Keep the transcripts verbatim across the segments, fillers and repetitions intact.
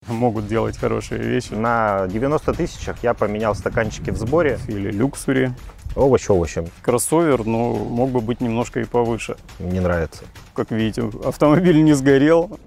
Могут делать хорошие вещи. На девяноста тысячах я поменял стаканчики в сборе. Или люксури. Овощ овощем. Кроссовер, но мог бы быть немножко и повыше. Мне нравится. Как видите, автомобиль не сгорел.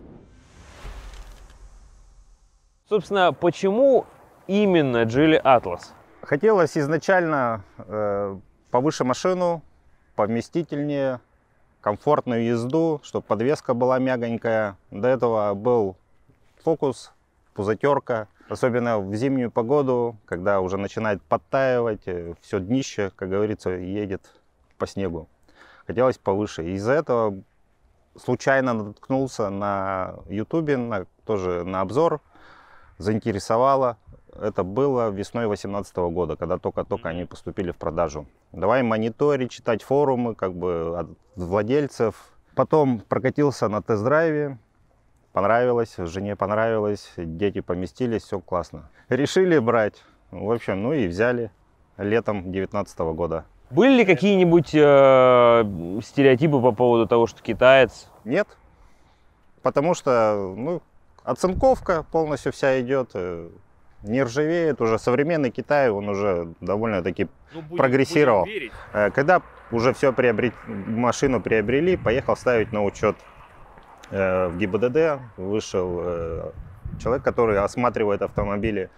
Собственно, почему именно Geely Atlas? Хотелось изначально э, повыше машину, повместительнее, комфортную езду, чтобы подвеска была мягонькая. До этого был Focus, пузатерка. Особенно в зимнюю погоду, когда уже начинает подтаивать, все днище, как говорится, едет по снегу. Хотелось повыше. Из-за этого случайно наткнулся на ютубе, на, тоже на обзор, заинтересовало. Это было весной две тысячи восемнадцатого года, когда только-только они поступили в продажу. Давай мониторить, читать форумы как бы от владельцев. Потом прокатился на тест-драйве. Понравилось, жене понравилось, дети поместились, все классно. Решили брать, в общем, ну и взяли летом две тысячи девятнадцатого года. Были ли какие-нибудь э, стереотипы по поводу того, что китаец? Нет, потому что ну, оцинковка полностью вся идет, не ржавеет, уже современный Китай, он уже довольно-таки ну, будем, прогрессировал. Будем Когда уже все приобрет, машину приобрели, поехал ставить на учет в ГИБДД, вышел человек, который осматривает автомобили.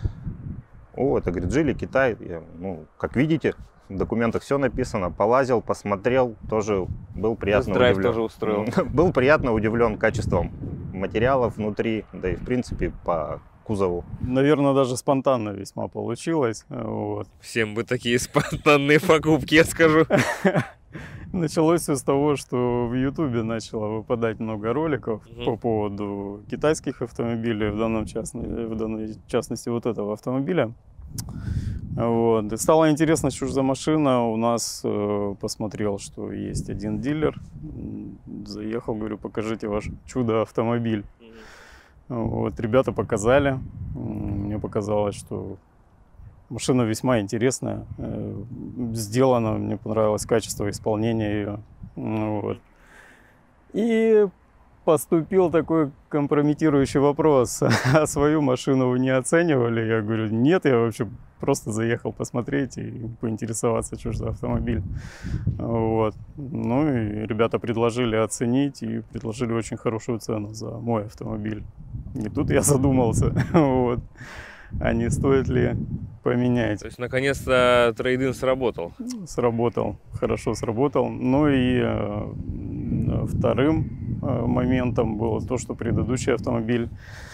О, это, говорит, Geely, Китай. Я, ну, как видите, в документах все написано. Полазил, посмотрел, тоже был приятно удивлен. Тоже устроил. Был приятно удивлен качеством материалов внутри, да и в принципе по кузову. Наверное, даже спонтанно весьма получилось. Вот. Всем бы такие спонтанные покупки, я скажу. Началось все с того, что в Ютубе начало выпадать много роликов угу. по поводу китайских автомобилей, в, данном частности, в данной частности вот этого автомобиля. Вот. И стало интересно, что же за машина. У нас э, посмотрел, что есть один дилер. Заехал, говорю, покажите ваш чудо-автомобиль. Угу. Вот. Ребята показали. Мне показалось, что машина весьма интересная, сделана, мне понравилось качество исполнения ее. Вот. И поступил такой компрометирующий вопрос: а свою машину вы не оценивали? Я говорю, нет, я вообще просто заехал посмотреть и поинтересоваться, что же за автомобиль. Вот. Ну и ребята предложили оценить и предложили очень хорошую цену за мой автомобиль. И тут я задумался. Вот. А не стоит ли поменять? То есть, наконец-то, трейд-ин сработал? Сработал, хорошо сработал. Ну и э, вторым э, моментом было то, что предыдущий автомобиль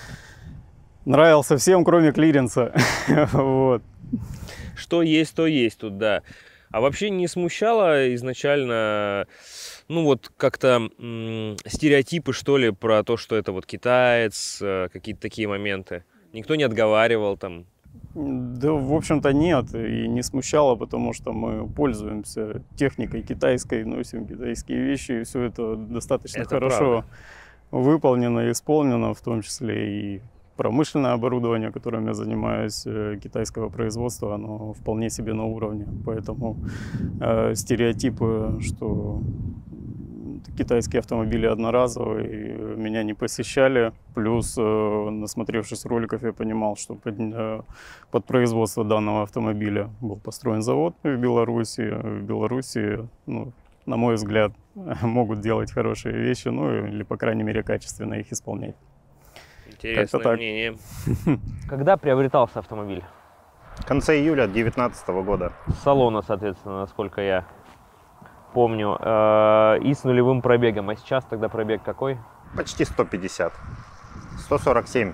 нравился всем, кроме клиренса. Вот. Что есть, то есть тут, да. А вообще не смущало изначально, ну вот как-то м- стереотипы, что ли, про то, что это вот китаец, э, какие-то такие моменты? Никто не отговаривал там? Да, в общем-то, нет. И не смущало, потому что мы пользуемся техникой китайской, носим китайские вещи, и все это достаточно это хорошо правда. Выполнено, исполнено, в том числе и промышленное оборудование, которым я занимаюсь, китайского производства, оно вполне себе на уровне. Поэтому э, стереотипы, что китайские автомобили одноразовые, меня не посещали. Плюс, э, насмотревшись роликов, я понимал, что под, э, под производство данного автомобиля был построен завод в Беларуси. В Беларуси, ну, на мой взгляд, могут делать хорошие вещи, ну или, по крайней мере, качественно их исполнять. Интересное мнение. Когда приобретался автомобиль? В конце июля две тысячи девятнадцатого года. С салона, соответственно, насколько я помню, э, и с нулевым пробегом. А сейчас тогда пробег какой? Почти сто пятьдесят. сто сорок семь.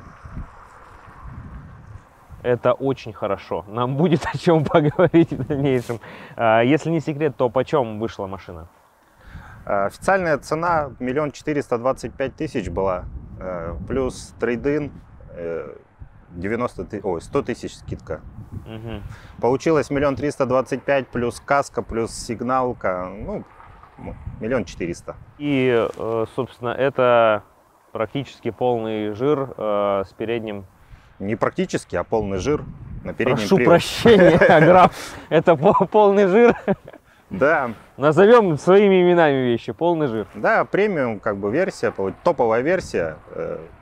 Это очень хорошо. Нам будет о чем поговорить в дальнейшем. Э, если не секрет, то почем вышла машина? Официальная цена миллион четыреста двадцать пять тысяч была. Плюс трейд-ин девяносто, ой, сто тысяч скидка. Угу. Получилось миллион триста двадцать пять плюс каска, плюс сигналка, ну, миллион четыреста. И, собственно, это практически полный жир э, с передним. Не практически, а полный жир на переднем. Прошу приводе. Прощения, граф, это полный жир. Да. Назовем своими именами вещи. Полный жир. Да, премиум как бы версия, топовая версия.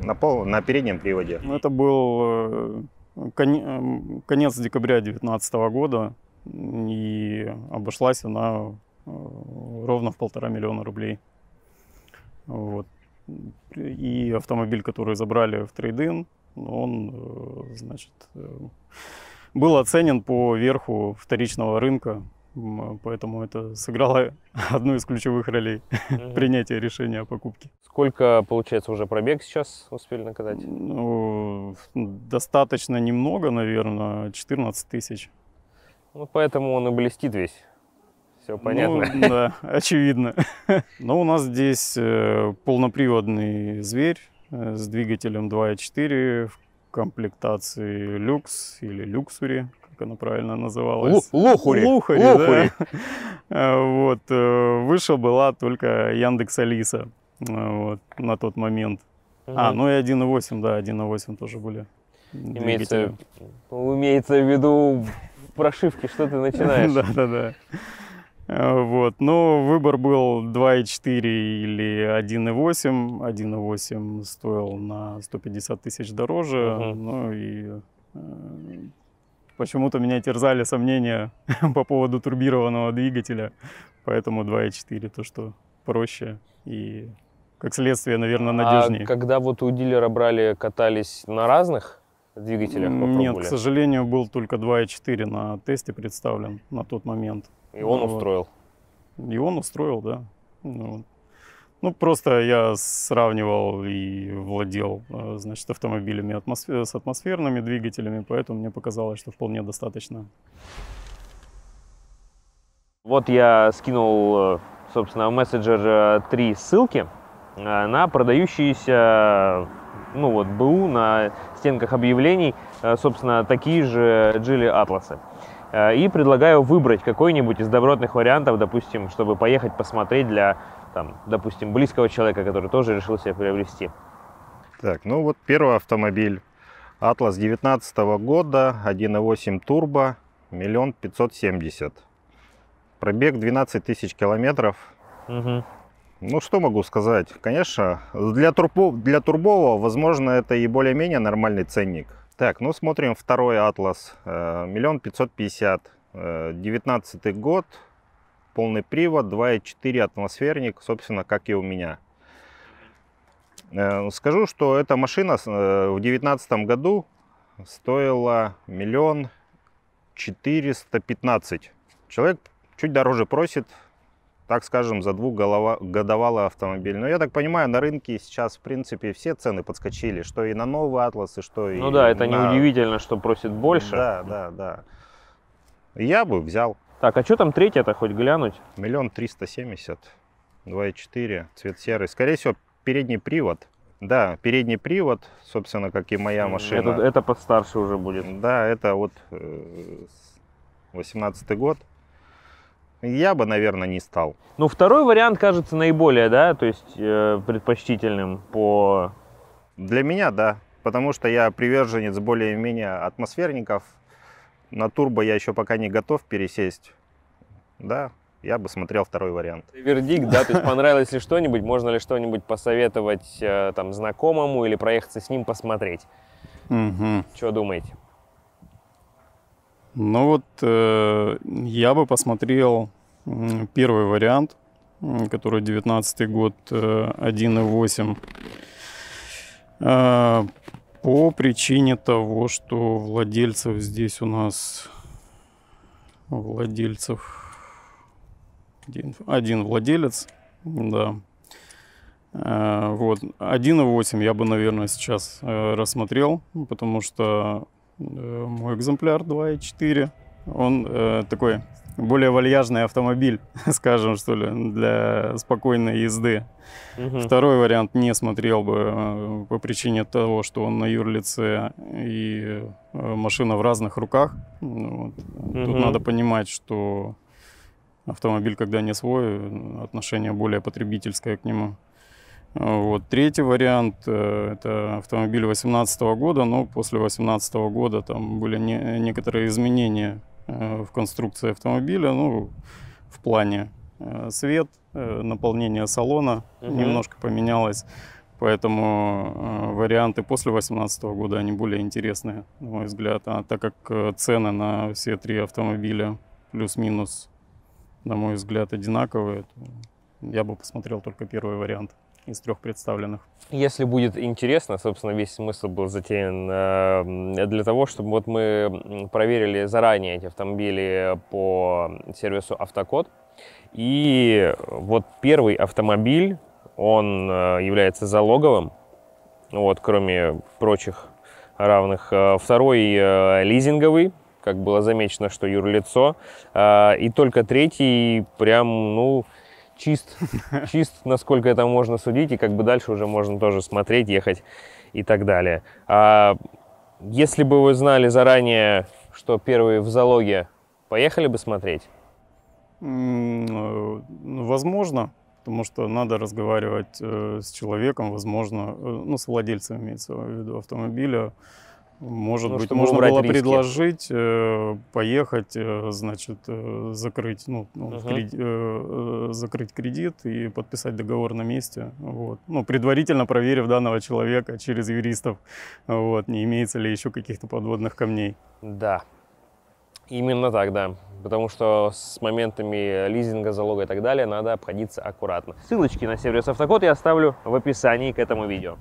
на, пол, на переднем приводе. Это был конец декабря две тысячи девятнадцатого года, и обошлась она ровно в полтора миллиона рублей. Вот. И автомобиль, который забрали в трейд-ин, он, значит, был оценен по верху вторичного рынка, поэтому это сыграло одну из ключевых ролей mm-hmm. принятия решения о покупке. Сколько, получается, уже пробег сейчас успели накатать? Ну, достаточно немного, наверное, четырнадцать тысяч. Ну, поэтому он и блестит весь. Все понятно. Ну, да, очевидно. Но у нас здесь полноприводный зверь с двигателем два и четыре в комплектации люкс или люксури, как она правильно называлась. Лухури. Лухури, Лухури. Да. Вот. Выше была только Яндекс.Алиса вот, на тот момент. Угу. А, ну и один и восемь, да, один и восемь тоже были. Имеется, имеется в виду прошивки, что ты начинаешь. Да, да, да. Вот. Но выбор был два и четыре или один и восемь. один и восемь стоил на сто пятьдесят тысяч дороже. Uh-huh. Ну и э, почему-то меня терзали сомнения по поводу турбированного двигателя. Поэтому два и четыре то, что проще и, как следствие, наверное, надежнее. А когда вот у дилера брали, катались на разных двигателях? Попробовали? Нет, к сожалению, был только два и четыре на тесте представлен на тот момент. И он вот. устроил? И он устроил, да. Ну, ну, просто я сравнивал и владел, значит, автомобилями атмосфер... с атмосферными двигателями, поэтому мне показалось, что вполне достаточно. Вот я скинул, собственно, в мессенджер три ссылки на продающиеся, ну вот, БУ на стенках объявлений, собственно, такие же Geely Atlas. И предлагаю выбрать какой-нибудь из добротных вариантов, допустим, чтобы поехать посмотреть для, там, допустим, близкого человека, который тоже решил себе приобрести. Так, ну вот первый автомобиль. Atlas девятнадцатого года, один и восемь турбо, миллион пятьсот семьдесят. Пробег двенадцать тысяч километров. Угу. Ну, что могу сказать? Конечно, для, турбо, для турбового, возможно, это и более-менее нормальный ценник. Так, ну смотрим второй Atlas, миллион пятьсот пятьдесят, девятнадцатый год, полный привод, два и четыре атмосферник, собственно, как и у меня. Скажу, что эта машина в девятнадцатом году стоила миллион четыреста пятнадцать. Человек чуть дороже просит, так скажем, за двухгодовалый автомобиль. Но я так понимаю, на рынке сейчас, в принципе, все цены подскочили, что и на новые Атласы, что и Ну да, это на... неудивительно, что просит больше. Да, да, да. Я бы взял. Так, а что там третье-то, хоть глянуть? Миллион триста семьдесят, два и четыре, цвет серый. Скорее всего, передний привод. Да, передний привод, собственно, как и моя машина. Это, это постарше уже будет. Да, это вот восемнадцатый год. Я бы, наверное, не стал. Ну, второй вариант кажется наиболее, да, то есть э, предпочтительным по... Для меня, да, потому что я приверженец более-менее атмосферников. На турбо я еще пока не готов пересесть. Да, я бы смотрел второй вариант. Вердикт, да, то есть понравилось ли что-нибудь, можно ли что-нибудь посоветовать э, там знакомому или проехаться с ним посмотреть? Угу. Что думаете? Ну вот э, я бы посмотрел э, первый вариант, э, который девятнадцатый год, э, один и восемь, э, по причине того, что владельцев здесь у нас владельцев один, один владелец, да. Э, вот один и восемь я бы, наверное, сейчас э, рассмотрел, потому что мой экземпляр два и четыре, он э, такой более вальяжный автомобиль, скажем, что ли, для спокойной езды. Угу. Второй вариант не смотрел бы э, по причине того, что он на юрлице и э, машина в разных руках. Вот. Угу. Тут надо понимать, что автомобиль, когда не свой, отношение более потребительское к нему. Вот. Третий вариант – это автомобиль две тысячи восемнадцатого года, но после две тысячи восемнадцатого года там были не, некоторые изменения в конструкции автомобиля, ну, в плане свет, наполнение салона угу. немножко поменялось, Поэтому э, варианты после две тысячи восемнадцатого года, они более интересные, на мой взгляд. А так как э, цены на все три автомобиля плюс-минус, на мой взгляд, одинаковые, то я бы посмотрел только первый вариант из трех представленных. Если будет интересно, собственно, весь смысл был затеян э, для того, чтобы вот мы проверили заранее эти автомобили по сервису Автокод. И вот первый автомобиль, он э, является залоговым, вот, кроме прочих равных. Второй э, лизинговый, как было замечено, что юрлицо. Э, и только третий прям, ну... Чист, чист, насколько это можно судить, и как бы дальше уже можно тоже смотреть, ехать и так далее. А если бы вы знали заранее, что первый в залоге, поехали бы смотреть? Возможно, потому что надо разговаривать с человеком, возможно, ну, с владельцем, имеется в виду, автомобиля. Может ну, быть, можно было риски. предложить э, поехать, э, значит, э, закрыть, ну, uh-huh. кредит, э, закрыть кредит и подписать договор на месте. Вот. Ну, предварительно проверив данного человека через юристов, вот, не имеется ли еще каких-то подводных камней. Да, именно так, да. Потому что с моментами лизинга, залога и так далее надо обходиться аккуратно. Ссылочки на сервис Автокод я оставлю в описании к этому видео.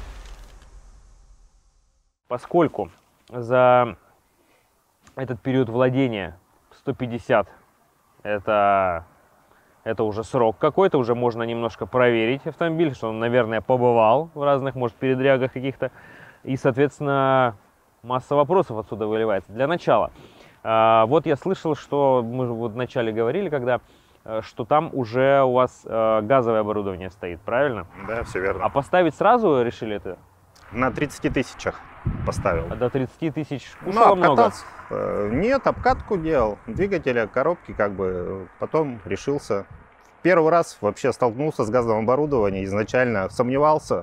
Поскольку за этот период владения сто пятьдесят это, это уже срок какой-то, уже можно немножко проверить автомобиль, что он, наверное, побывал в разных, может, передрягах каких-то. И, соответственно, масса вопросов отсюда выливается. Для начала, вот я слышал, что мы вот вначале говорили, когда, что там уже у вас газовое оборудование стоит, правильно? Да, все верно. А поставить сразу решили это? На тридцати тысячах поставил. А до тридцати тысяч кушало ну, много? Нет, обкатку делал. Двигателя, коробки, как бы. Потом решился. Первый раз вообще столкнулся с газовым оборудованием. Изначально сомневался.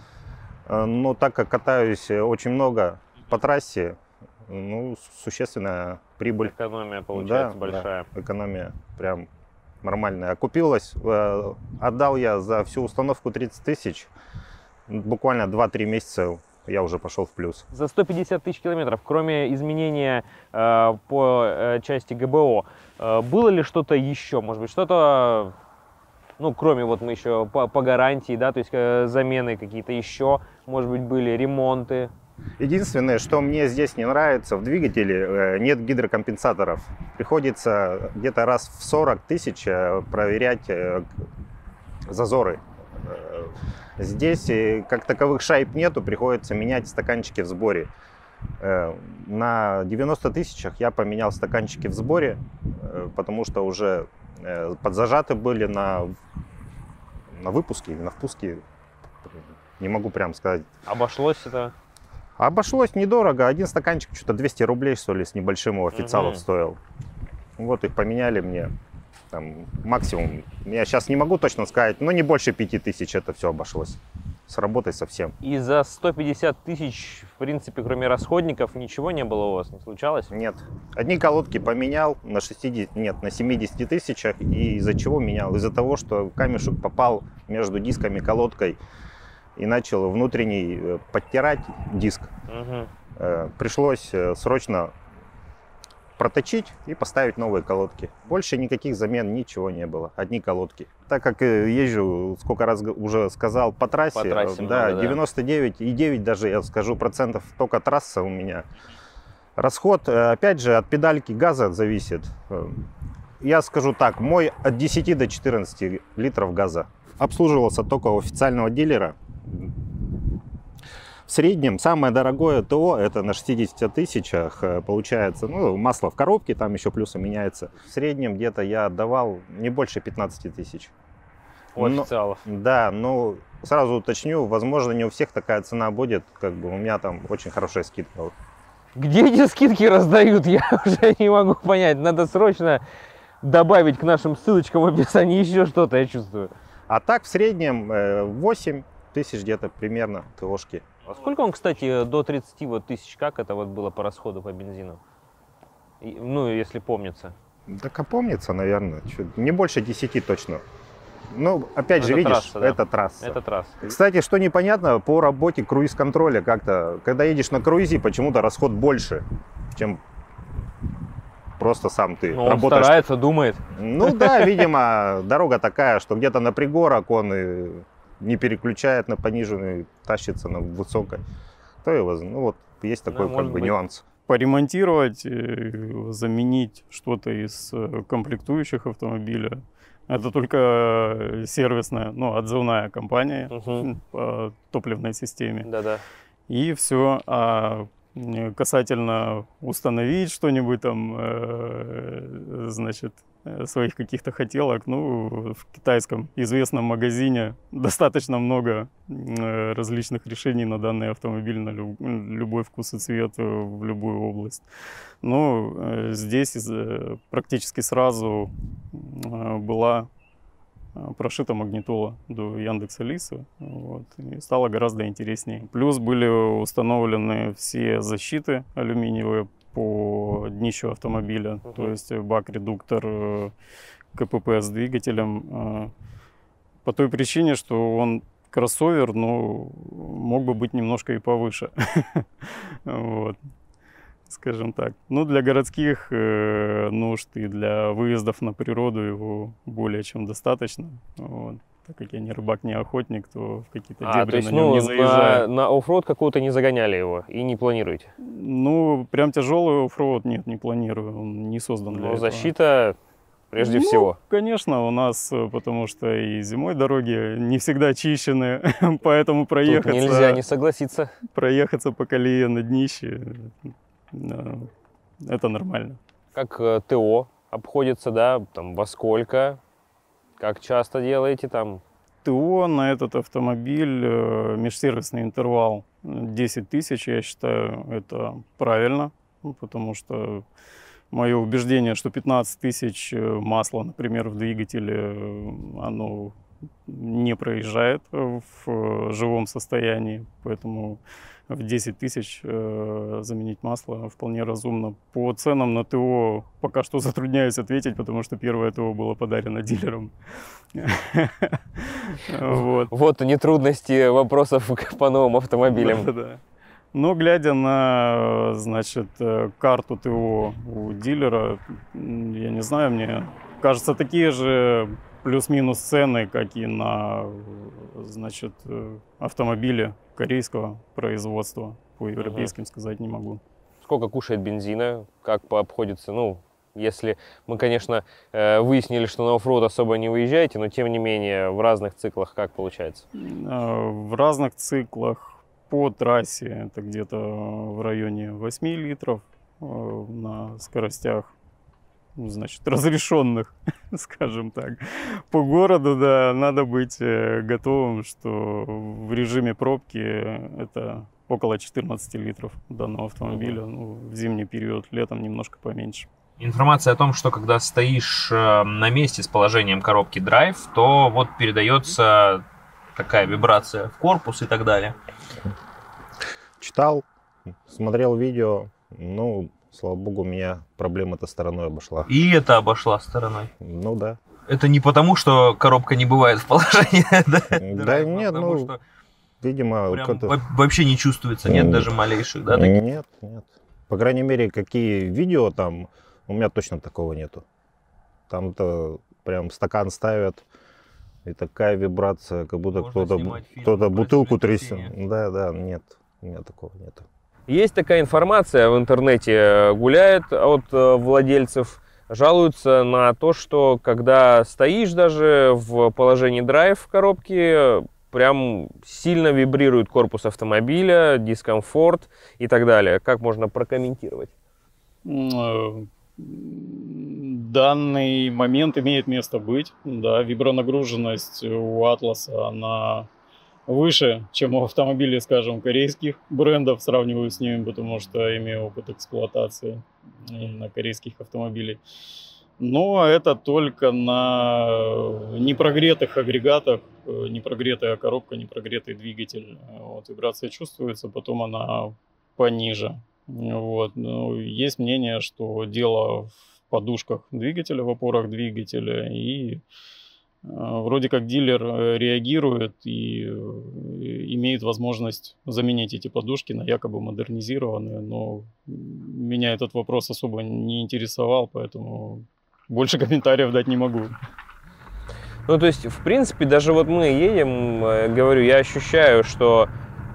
Но так как катаюсь очень много по трассе, ну, существенная прибыль. Экономия получается да, большая. Да, экономия прям нормальная. Окупилась. Отдал я за всю установку тридцать тысяч. Буквально два-три месяца я уже пошел в плюс. За сто пятьдесят тысяч километров, кроме изменения э, по э, части ГБО, э, было ли что-то еще? Может быть, что-то, ну, кроме вот мы еще по, по гарантии, да, то есть э, замены какие-то еще, может быть, были ремонты? Единственное, что мне здесь не нравится, в двигателе э, нет гидрокомпенсаторов. Приходится где-то раз в сорок тысяч э, проверять э, зазоры. Здесь как таковых шайб нету, приходится менять стаканчики в сборе. На девяноста тысячах я поменял стаканчики в сборе, потому что уже подзажаты были на, на выпуске или на впуске. Не могу прям сказать. Обошлось это? Обошлось недорого. Один стаканчик что-то двести рублей, что ли, с небольшим у официалов угу. стоил. Вот их поменяли мне. Там, максимум, я сейчас не могу точно сказать, но не больше пяти тысяч это все обошлось. С работой совсем. И за сто пятьдесят тысяч, в принципе, кроме расходников, ничего не было у вас, не случалось? Нет. Одни колодки поменял на шестидесяти, нет, на семидесяти тысячах. И из-за чего менял? Из-за того, что камешек попал между дисками, колодкой и начал внутренний подтирать диск. Угу. Пришлось срочно проточить и поставить новые колодки. Больше никаких замен, ничего не было. Одни колодки. Так как езжу, сколько раз уже сказал, по трассе, по трассе да, много, девяносто девять и девять даже, я скажу, процентов только трасса у меня. Расход, опять же, от педальки газа зависит. Я скажу так, мой от десяти до четырнадцати литров газа. Обслуживался только у официального дилера. В среднем самое дорогое ТО это на шестидесяти тысячах получается, ну, масло в коробке, там еще плюсы меняется. В среднем где-то я отдавал не больше пятнадцати тысяч. У официалов? Но, да, но сразу уточню, возможно, не у всех такая цена будет, как бы у меня там очень хорошая скидка. Где эти скидки раздают, я уже не могу понять. Надо срочно добавить к нашим ссылочкам в описании еще что-то, я чувствую. А так в среднем восемь тысяч где-то примерно ТОшки. А сколько он, кстати, до тридцати вот тысяч, как это вот было по расходу по бензину? И, ну, если помнится. Так а помнится, наверное. Чуть, не больше десяти точно. Ну, опять Это же, видишь, трасса, да. это трасса. Это трасса. Кстати, что непонятно, по работе круиз-контроля как-то, когда едешь на круизе, почему-то расход больше, чем просто сам ты Ну, он работаешь. старается, думает. Ну да, видимо, дорога такая, что где-то на пригорок он и не переключает на пониженный, тащится на высокой. То его, ну вот, есть такой Да, как может бы быть. нюанс. Поремонтировать, э, заменить что-то из э, комплектующих автомобиля. Это только сервисная, ну, отзывная компания Угу. по топливной системе. Да-да. И все. А м, касательно установить что-нибудь там, э, значит, э, своих каких-то хотелок, ну, в китайском известном магазине достаточно много э, различных решений на данный автомобиль, на лю- любой вкус и цвет, э, в любую область. Ну, э, здесь э, практически сразу э, была э, прошита магнитола до Яндекса Лиса, вот, и стало гораздо интереснее. Плюс были установлены все защиты алюминиевые по днищу автомобиля, Мгм. то есть бак-редуктор, э, КПП с двигателем, э, по той причине, что он кроссовер, но мог бы быть немножко и повыше. Вот. Скажем так. Ну, для городских э, нужд и для выездов на природу его более чем достаточно. Вот. Так как я не рыбак, не охотник, то в какие-то А, дебри то есть, на нем ну, не на, заезжаю. на оффроуд какого-то не загоняли его и не планируете? Ну, прям тяжелый оффроуд нет, не планирую. Он не создан для Но этого. защита прежде Ну, всего. конечно, у нас, э, потому что и зимой дороги не всегда чищены, поэтому Тут проехаться, нельзя не согласиться. проехаться по колее на днище, э, это нормально. Как э, ТО обходится, да, там, во сколько, как часто делаете там? ТО на этот автомобиль, э, межсервисный интервал десять тысяч, я считаю, это правильно, ну, потому что мое убеждение, что пятнадцать тысяч э, масла, например, в двигателе, э, оно не проезжает в э, живом состоянии, поэтому в десять тысяч э, заменить масло вполне разумно. По ценам на ТО пока что затрудняюсь ответить, потому что первое ТО было подарено дилером. Вот. Вот они трудности вопросов по новым автомобилям. Да-да-да. Но глядя на, значит, э, карту ТО у дилера, м, я не знаю, мне кажется, такие же плюс-минус цены, как и на, э, значит, э, автомобили корейского производства. По европейским сказать не могу. Сколько кушает бензина, как по- обходится, ну, если мы, конечно, э, выяснили, что на оффроуд особо не выезжаете, но тем не менее в разных циклах как получается? Э, В разных циклах по трассе это где-то в районе восьми литров, э, на скоростях, ну, значит, разрешенных, скажем так. По городу, да, надо быть э, готовым, что в режиме пробки это около четырнадцати литров данного автомобиля. Ну, в зимний период, летом немножко поменьше. Информация о том, что когда стоишь э, на месте с положением коробки Drive, то вот передается такая вибрация в корпус и так далее. Читал, смотрел видео, ну, слава богу, меня проблема этой стороной обошла. И это обошла стороной. Ну да. Это не потому, что коробка не бывает в положении, да? Да Drive, нет, потому ну, что видимо, прям как-то- во- вообще не чувствуется, нет М. даже малейших, да? таких? Нет, нет. По крайней мере, какие видео там, у меня точно такого нету. Там-то прям стакан ставят, и такая вибрация, как будто Можно кто-то снимать фильм кто-то про бутылку трясет. землетрясение. Да, да, нет, у меня такого нету. Есть такая информация в интернете, гуляет от э, владельцев, жалуются на то, что когда стоишь даже в положении драйв в коробке, прям сильно вибрирует корпус автомобиля, дискомфорт и так далее. Как можно прокомментировать? М, э, Данный момент имеет место быть. Да, вибронагруженность у Атласа, она выше, чем у автомобилей, скажем, корейских брендов, сравниваю с ними, потому что имею опыт эксплуатации именно корейских автомобилей. Но это только на непрогретых агрегатах, э, непрогретая коробка, непрогретый двигатель. Вот, вибрация чувствуется, потом она пониже. Вот. Ну, есть мнение, что дело в подушках двигателя, в опорах двигателя и вроде как дилер реагирует и имеет возможность заменить эти подушки на якобы модернизированные, но меня этот вопрос особо не интересовал, поэтому больше комментариев дать не могу. Ну, то есть, в принципе, даже вот мы едем, говорю, я ощущаю, что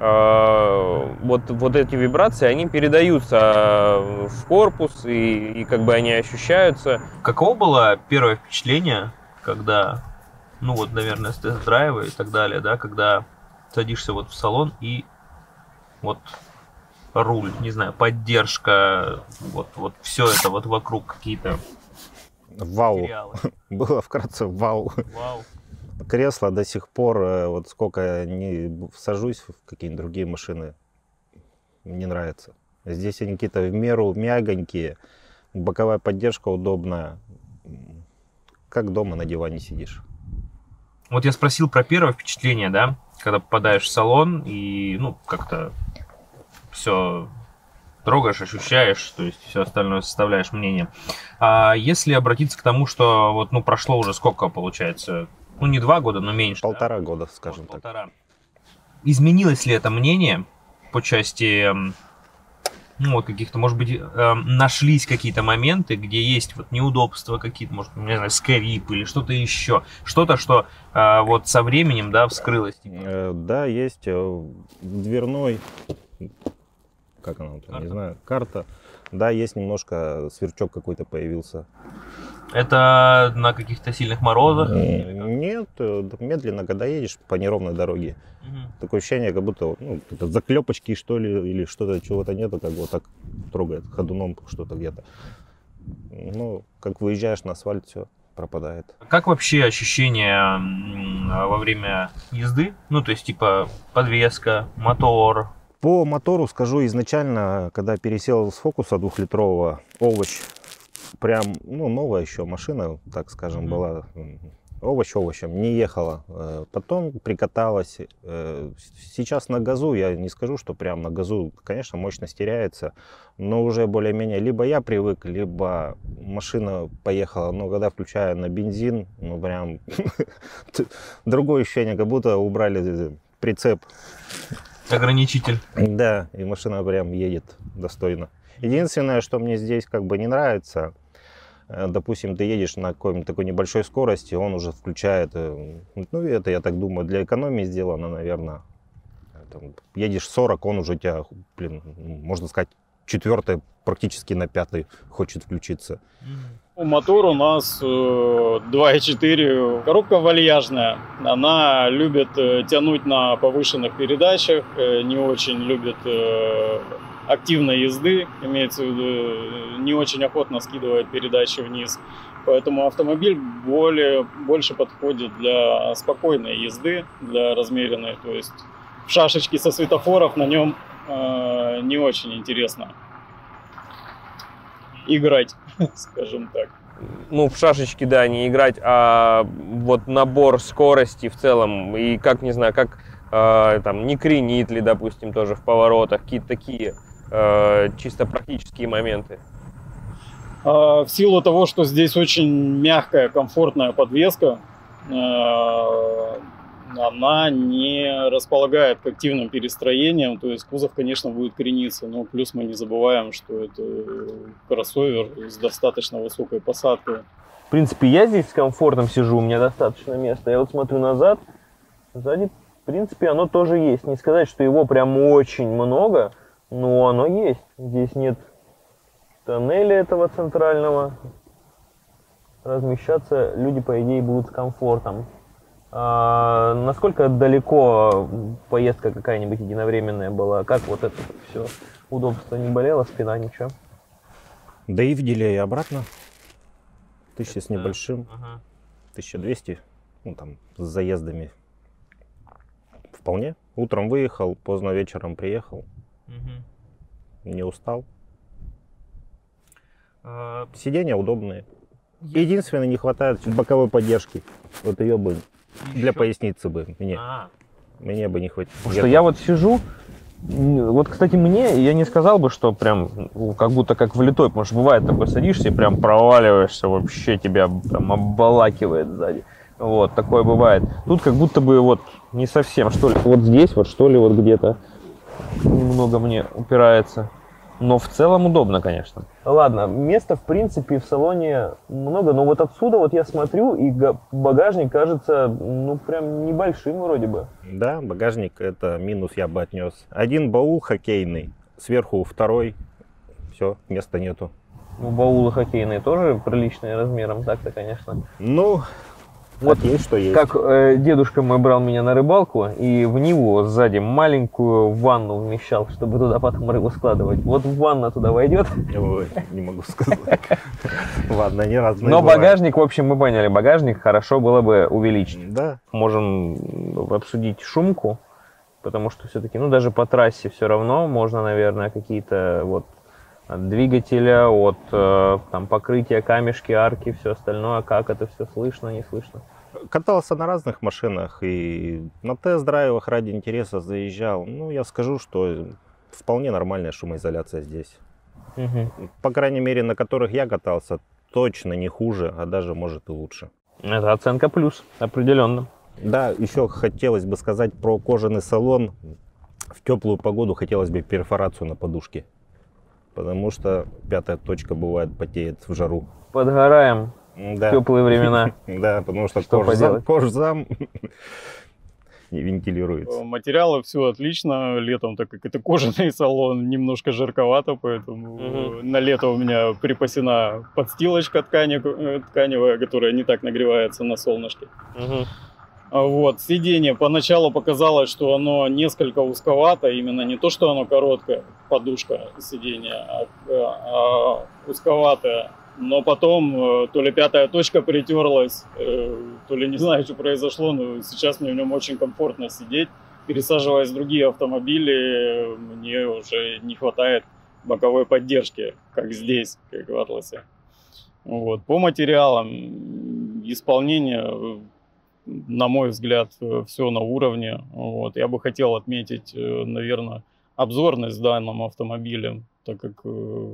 э, вот, вот эти вибрации, они передаются в корпус, и, и как бы они ощущаются. Каково было первое впечатление, когда, ну вот, наверное, с тест-драйва и так далее, да, когда садишься вот в салон и вот руль, не знаю, поддержка, вот, вот все это вот вокруг какие-то Вау. материалы. Было вкратце вау. Вау. Кресло до сих пор, вот сколько не сажусь в какие-нибудь другие машины, не нравится. Здесь они какие-то в меру мягонькие, боковая поддержка удобная. Как дома на диване сидишь. Вот я спросил про первое впечатление, да, когда попадаешь в салон и, ну, как-то все трогаешь, ощущаешь, то есть все остальное составляешь мнение. А если обратиться к тому, что вот, ну, прошло уже сколько, получается, ну, не два года, но меньше. Полтора да? года, скажем Вот, так. Полтора. Изменилось ли это мнение по части, ну, вот каких-то, может быть, э, нашлись какие-то моменты, где есть вот неудобства какие-то, может, не знаю, скрип или что-то еще, что-то, что э, вот со временем, да, вскрылось? Э, да, есть э, дверной, как она там, не знаю, карта. Да, есть немножко сверчок какой-то появился. Это на каких-то сильных морозах? Нет, э, медленно, когда едешь по неровной дороге. Угу. Такое ощущение, как будто, ну, это заклепочки, что ли, или что-то, чего-то нету, как вот так трогает ходуном что-то где-то. Ну, как выезжаешь на асфальт, все пропадает. Как вообще ощущения во время езды? Ну, то есть, типа, подвеска, мотор? По мотору скажу, изначально, когда пересел с Фокуса двухлитрового, овощ, прям, ну, новая еще машина, так скажем, mm-hmm. была. Овощ овощем, не ехала. Потом прикаталась. Сейчас на газу, я не скажу, что прям на газу, конечно, мощность теряется, но уже более-менее либо я привык, либо машина поехала. Но когда включаю на бензин, ну прям другое ощущение, как будто убрали прицеп. Ограничитель. Да, и машина прям едет достойно. Единственное, что мне здесь как бы не нравится, допустим, ты едешь на какой-нибудь такой небольшой скорости, он уже включает, ну это, я так думаю, для экономии сделано, наверное. Там, едешь сорок, он уже тебя, блин, можно сказать, четвертый, практически на пятый хочет включиться. Мотор у нас два и четыре, коробка вальяжная, она любит тянуть на повышенных передачах, не очень любит активной езды, имеется в виду, не очень охотно скидывает передачи вниз. Поэтому автомобиль более, больше подходит для спокойной езды, для размеренной. То есть в шашечки со светофоров на нем э, не очень интересно играть, скажем так. Ну, в шашечки, да, не играть, а вот набор скорости в целом. И как, не знаю, как э, там не кренит ли, допустим, тоже в поворотах, какие-то такие чисто практические моменты. В силу того, что здесь очень мягкая, комфортная подвеска, она не располагает к активным перестроениям, то есть кузов, конечно, будет крениться, но плюс мы не забываем, что это кроссовер с достаточно высокой посадкой. В принципе, я здесь с комфортом сижу, у меня достаточно места. Я вот смотрю назад, сзади, в принципе, оно тоже есть. Не сказать, что его прям очень много, но оно есть. Здесь нет тоннеля этого центрального. Размещаться люди, по идее, будут с комфортом. А насколько далеко поездка какая-нибудь единовременная была? Как вот это все? Удобство не болело, спина, ничего? До Ивделя и обратно. Тысяча с небольшим. Ага. тысяча двести. Ну, там, с заездами. Вполне. Утром выехал, поздно вечером приехал. Угу. Не устал. А... Сиденья удобные. Единственное, не хватает боковой поддержки. Вот ее бы еще? Для поясницы бы мне. А. Мне бы не хватило. Потому что я вот сижу. Вот, кстати, мне, я не сказал бы, что прям как будто как влитой, потому что бывает такой, садишься и прям проваливаешься, вообще тебя там обволакивает сзади. Вот, такое бывает. Тут как будто бы вот не совсем, что ли. Вот здесь вот, что ли, вот где-то немного мне упирается. Но в целом удобно, конечно. Ладно, места, в принципе, в салоне много, но вот отсюда вот я смотрю, и багажник кажется, ну, прям небольшим вроде бы. Да, багажник — это минус я бы отнес. Один баул хоккейный, сверху второй, все, места нету. Ну, баулы хоккейные тоже приличные размером, так-то, конечно. Ну, вот есть что есть. Как э, дедушка мой брал меня на рыбалку, и в него сзади маленькую ванну вмещал, чтобы туда потом рыбу складывать. Вот ванна туда войдет. Ой, не могу сказать. Ладно, не разные. Но багажник, в общем, мы поняли, багажник хорошо было бы увеличить. Да. Можем обсудить шумку, потому что все-таки, ну, даже по трассе все равно можно, наверное, какие-то вот от двигателя, от э, там покрытия, камешки, арки, все остальное, как это все слышно, не слышно. Катался на разных машинах и на тест-драйвах ради интереса заезжал. Ну, я скажу, что вполне нормальная шумоизоляция здесь. Угу. По крайней мере, на которых я катался, точно не хуже, а даже может и лучше. Это оценка плюс, определенно. Да, еще хотелось бы сказать про кожаный салон. В теплую погоду хотелось бы перфорацию на подушке, потому что пятая точка бывает потеет в жару. Подгораем. Да. Теплые времена. Да, потому что, что кожзам, кожзам не вентилируется. Материалы все отлично. Летом, так как это кожаный салон, немножко жарковато, поэтому угу. на лето у меня припасена подстилочка ткани, тканевая, которая не так нагревается на солнышке. Угу. Вот, сиденье поначалу показалось, что оно несколько узковато, именно не то, что оно короткое, подушка сиденья, а, а узковатое. Но потом то ли пятая точка притерлась, то ли не знаю, что произошло, но сейчас мне в нем очень комфортно сидеть. Пересаживаясь в другие автомобили, мне уже не хватает боковой поддержки, как здесь, как в Атласе. Вот. По материалам исполнение, на мой взгляд, все на уровне. Вот. Я бы хотел отметить, наверное, обзорность в данном автомобиле, так как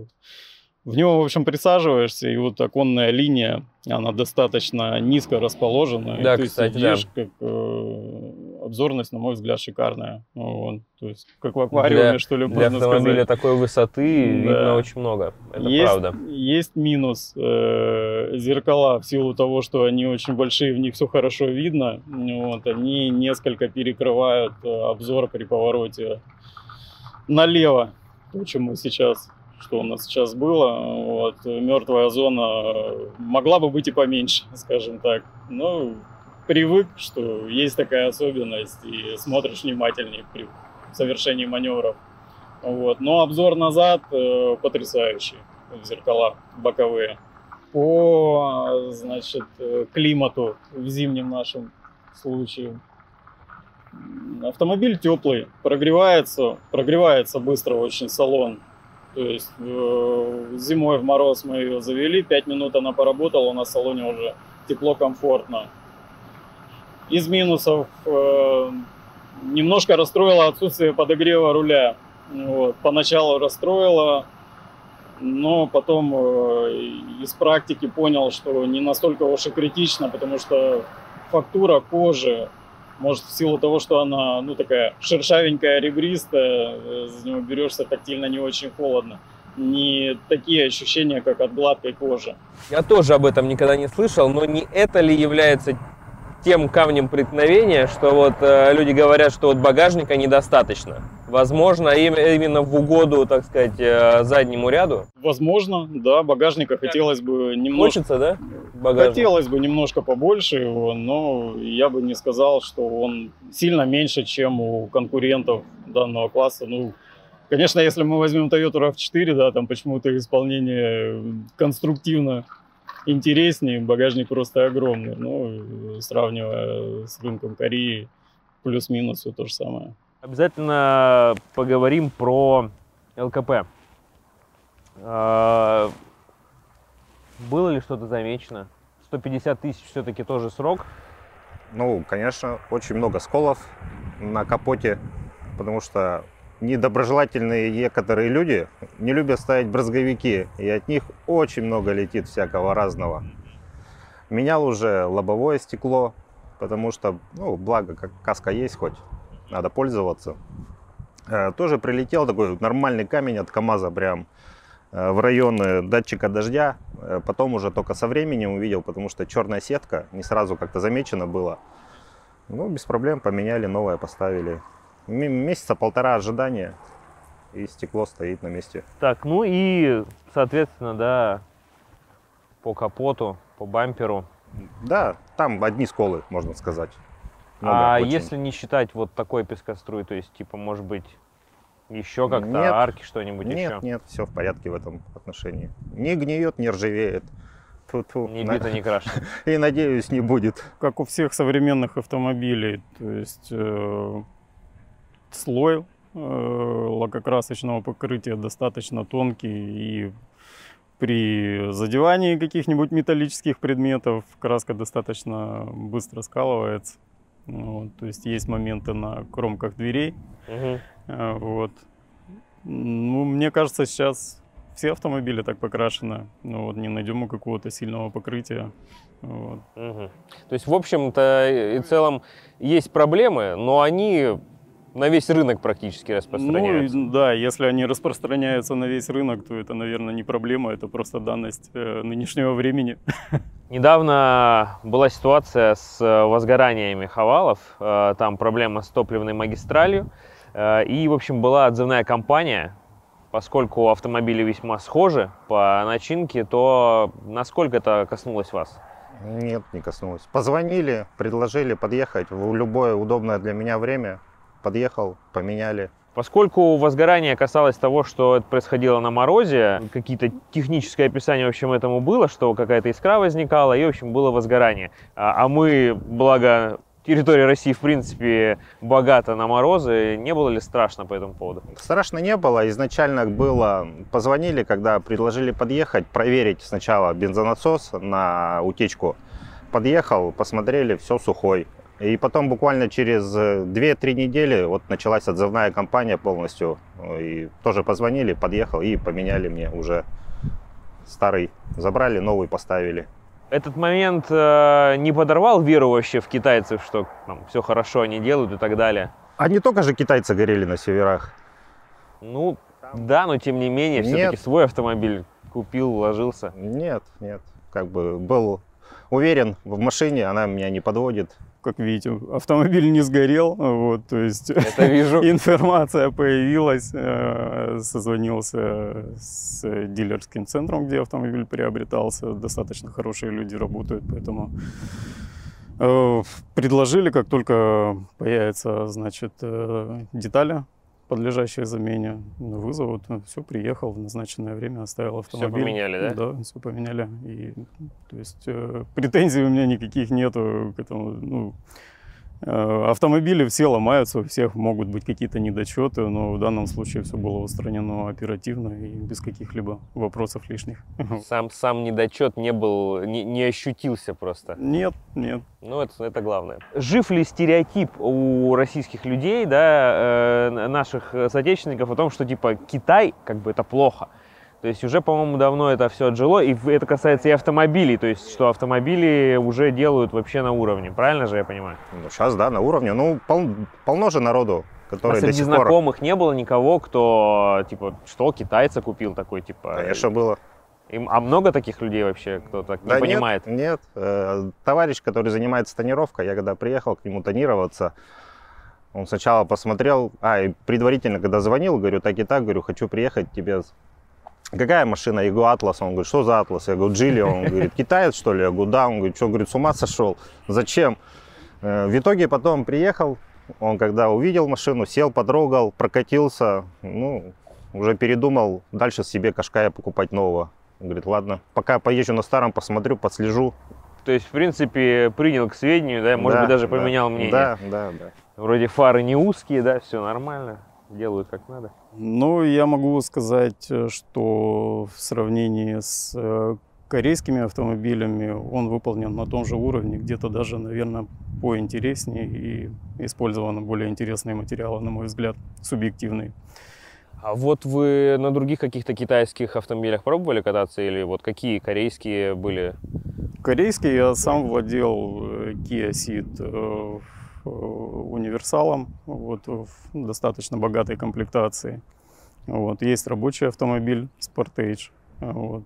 в него, в общем, присаживаешься, и вот оконная линия, она достаточно низко расположена. Да, и ты кстати, сидишь, да. как, э, обзорность, на мой взгляд, шикарная. Вот. То есть, как в аквариуме, для, что ли, для можно автомобиля сказать. такой высоты Да. видно очень много. Это есть, правда. Есть минус. Э, зеркала, в силу того, что они очень большие, в них все хорошо видно. Вот, они несколько перекрывают обзор при повороте налево. То, чем мы сейчас... что у нас сейчас было, вот, мертвая зона могла бы быть и поменьше, скажем так, но привык, что есть такая особенность, и смотришь внимательнее при совершении маневров, вот. Но обзор назад э, потрясающий, зеркала боковые. По, значит, климату в зимнем нашем случае. Автомобиль теплый, прогревается, прогревается быстро очень салон. То есть э, зимой в мороз мы ее завели, пять минут она поработала, у нас в салоне уже тепло, комфортно. Из минусов э, немножко расстроило отсутствие подогрева руля. Вот. Поначалу расстроило, но потом э, из практики понял, что не настолько уж и критично, потому что фактура кожи, может, в силу того, что она, ну, такая шершавенькая, ребристая, с него берешься тактильно не очень холодно. Не такие ощущения, как от гладкой кожи. Я тоже об этом никогда не слышал, но не это ли является тем камнем преткновения, что вот э, люди говорят, что вот багажника недостаточно? Возможно, им, именно в угоду, так сказать, э, заднему ряду? Возможно, да, багажника хотелось бы немножко... Хочется, да? Багажник? Хотелось бы немножко побольше его, но я бы не сказал, что он сильно меньше, чем у конкурентов данного класса. Ну, конечно, если мы возьмем Toyota рав четыре, да, там почему-то исполнение конструктивно интереснее, багажник просто огромный. Ну, сравнивая с рынком Кореи, плюс-минус все то же самое. Обязательно поговорим про эл ка пэ. Было ли что-то замечено? сто пятьдесят тысяч все-таки тоже срок. Ну, конечно, очень много сколов на капоте, потому что недоброжелательные некоторые люди не любят ставить брызговики, и от них очень много летит всякого разного. Менял уже лобовое стекло, потому что, ну, благо, как каска есть хоть, надо пользоваться. Э, тоже прилетел такой нормальный камень от КамАЗа прям э, в район датчика дождя. Э, потом уже только со временем увидел, потому что черная сетка не сразу как-то замечено было. Ну, без проблем поменяли, новое поставили. М- месяца полтора ожидания, и стекло стоит на месте. Так, ну и, соответственно, да, по капоту, по бамперу. Да, там одни сколы, можно сказать. Много, А очень. если не считать вот такой пескоструй, то есть, типа, может быть, еще как-то Нет. арки, что-нибудь Нет, еще? нет, все в порядке в этом отношении. Не гниет, не ржавеет. Тьфу-тьфу. Не На- бито, не крашено. И надеюсь, не будет. Как у всех современных автомобилей, то есть э, слой э, лакокрасочного покрытия достаточно тонкий, и при задевании каких-нибудь металлических предметов краска достаточно быстро скалывается. Вот, то есть есть моменты на кромках дверей. Мгм. э, Вот. Ну, мне кажется, сейчас все автомобили так покрашены. Ну, вот, не найдем мы какого-то сильного покрытия. Вот. Мгм. То есть, в общем-то и целом есть проблемы, но они на весь рынок практически распространяются. Ну, и да, если они распространяются на весь рынок, то это, наверное, не проблема, это просто данность э, нынешнего времени. Недавно была ситуация с э, возгораниями хавалов, э, там проблема с топливной магистралью, э, и, в общем, была отзывная кампания. Поскольку автомобили весьма схожи по начинке, то насколько это коснулось вас? Нет, не коснулось. Позвонили, предложили подъехать в любое удобное для меня время. Подъехал, поменяли. Поскольку возгорание касалось того, что это происходило на морозе, какие-то техническое описание, в общем, этому было, что какая-то искра возникала, и, в общем, было возгорание. А, а мы, благо, территория России, в принципе, богата на морозы, не было ли страшно по этому поводу? Страшно не было. Изначально было, позвонили, когда предложили подъехать, проверить сначала бензонасос на утечку. Подъехал, посмотрели, все сухой. И потом буквально через две-три недели вот началась отзывная кампания полностью. И тоже позвонили, подъехал и поменяли мне уже старый. Забрали, новый поставили. Этот момент э, не подорвал веру вообще в китайцев, что там, все хорошо они делают и так далее? А не только же китайцы горели на северах. Ну, да, но тем не менее, Нет. все-таки свой автомобиль купил, вложился. Нет, нет. Как бы был уверен в машине, она меня не подводит. Как видите, автомобиль не сгорел, вот, то есть Это вижу. информация появилась, э, созвонился с дилерским центром, где автомобиль приобретался, достаточно хорошие люди работают, поэтому э, предложили, как только появятся, значит, э, детали, подлежащие замене, вызовут, все, приехал в назначенное время, оставил автомобиль. Все поменяли, да? Да, все поменяли. И, то есть э, претензий у меня никаких нету к этому. Ну, э, автомобили все ломаются, у всех могут быть какие-то недочеты, но в данном случае все было устранено оперативно и без каких-либо вопросов лишних. Сам, сам недочет не был, не, не ощутился просто. Нет, нет. Ну, это, это главное. Жив ли стереотип у российских людей, да, э, наших соотечественников о том, что, типа, Китай, как бы, это плохо? То есть уже, по-моему, давно это все отжило, и это касается и автомобилей, то есть что автомобили уже делают вообще на уровне, правильно же я понимаю? Ну, сейчас, да, на уровне. Ну, пол, полно же народу, А который до среди сих пор... знакомых не было никого, кто, типа, что, китайца купил такой, типа... Конечно, было. Им- а много таких людей вообще, кто так не Да понимает? Нет, нет. Э, товарищ, который занимается тонировкой, я когда приехал к нему тонироваться, он сначала посмотрел, а, и предварительно, когда звонил, говорю, так и так, говорю, хочу приехать тебе. Какая машина? Я говорю, Атлас. Он говорит, что за Атлас? Я говорю, Джили. Он говорит, китаец, что ли? Я говорю, да. Он говорит, что, говорит, с ума сошел? Зачем? Э, в итоге потом приехал, он когда увидел машину, сел, потрогал, прокатился, ну, уже передумал дальше себе Кашкая покупать нового. Он говорит, ладно, пока поезжу на старом, посмотрю, подслежу. То есть, в принципе, принял к сведению, да, может Да, быть, даже да, поменял мнение. Да, да, да. Вроде фары не узкие, да, все нормально, делают как надо. Ну, я могу сказать, что в сравнении с э, корейскими автомобилями он выполнен на том же уровне, где-то даже, наверное, поинтереснее и использованы более интересные материалы, на мой взгляд, субъективные. А вот вы на других каких-то китайских автомобилях пробовали кататься или вот какие корейские были? Корейский я сам владел Kia Ceed универсалом, вот, в достаточно богатой комплектации. Вот. Есть рабочий автомобиль Sportage. Вот.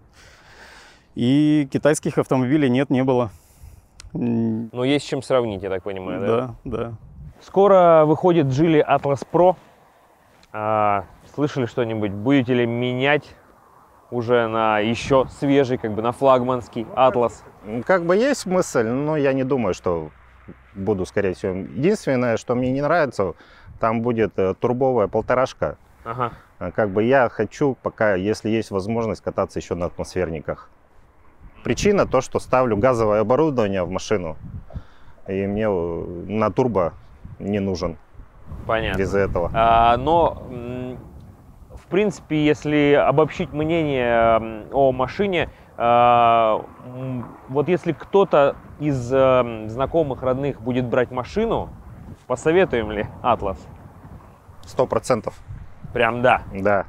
И китайских автомобилей нет, не было. Но есть с чем сравнить, я так понимаю, да? Да, да. Скоро выходит Geely Atlas Pro. А, слышали что-нибудь? Будете ли менять уже на еще свежий, как бы на флагманский Atlas? Как бы есть мысль, но я не думаю, что буду, скорее всего. Единственное, что мне не нравится, там будет турбовая полторашка. Ага. Как бы я хочу, пока, если есть возможность, кататься еще на атмосферниках. Причина то, что ставлю газовое оборудование в машину, и мне на турбо не нужен. Понятно. Без этого. А, но, в принципе, если обобщить мнение о машине, а, вот если кто-то из а, знакомых, родных будет брать машину, посоветуем ли Atlas? Сто процентов. Прям да. Да.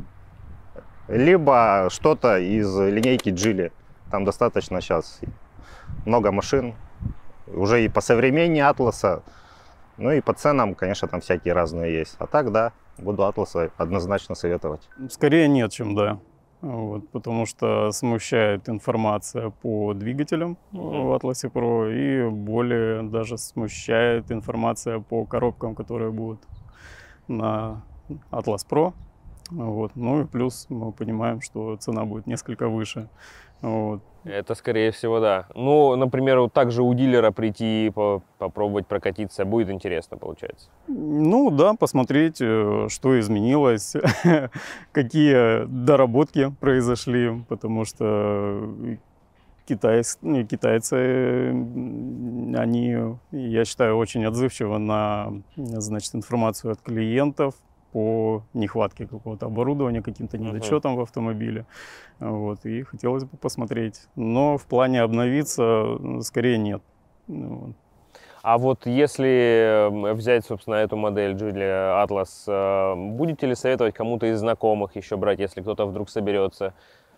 Либо что-то из линейки Geely. Там достаточно сейчас много машин. Уже и по современнее Атласа. Ну и по ценам, конечно, там всякие разные есть. А так, да, буду Атласа однозначно советовать. Скорее нет, чем да. Вот, потому что смущает информация по двигателям в Atlas Pro. И более даже смущает информация по коробкам, которые будут на Atlas Pro. Вот. Ну и плюс мы понимаем, что цена будет несколько выше. Вот. Это скорее всего, да. Ну, например, вот также у дилера прийти и по попробовать прокатиться будет интересно, получается. Ну да, посмотреть, что изменилось, какие доработки произошли, потому что китайцы, китайцы, они, я считаю, очень отзывчивы на, значит, информацию от клиентов по нехватке какого-то оборудования, каким-то недочетам uh-huh. в автомобиле. Вот, и хотелось бы посмотреть. Но в плане обновиться, скорее, нет. Вот. А вот если взять, собственно, эту модель Geely Atlas, будете ли советовать кому-то из знакомых еще брать, если кто-то вдруг соберется?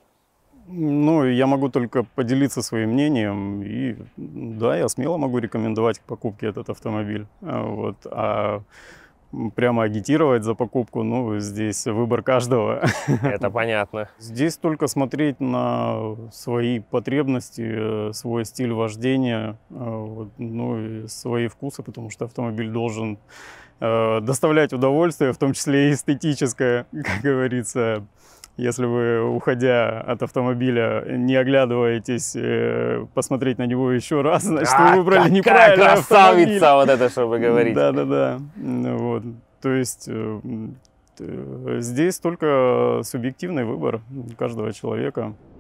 Ну, я могу только поделиться своим мнением. И да, я смело могу рекомендовать к покупке этот автомобиль. Вот. А прямо агитировать за покупку, ну, здесь выбор каждого. Это понятно. Здесь только смотреть на свои потребности, свой стиль вождения, вот, ну и свои вкусы, потому что автомобиль должен э, доставлять удовольствие, в том числе и эстетическое, как говорится. Если вы, уходя от автомобиля, не оглядываетесь э, посмотреть на него еще раз, значит, а, вы выбрали неправильный автомобиль. Красавица, вот это, чтобы говорить. Да-да-да. Вот. То есть э, э, здесь только субъективный выбор каждого человека.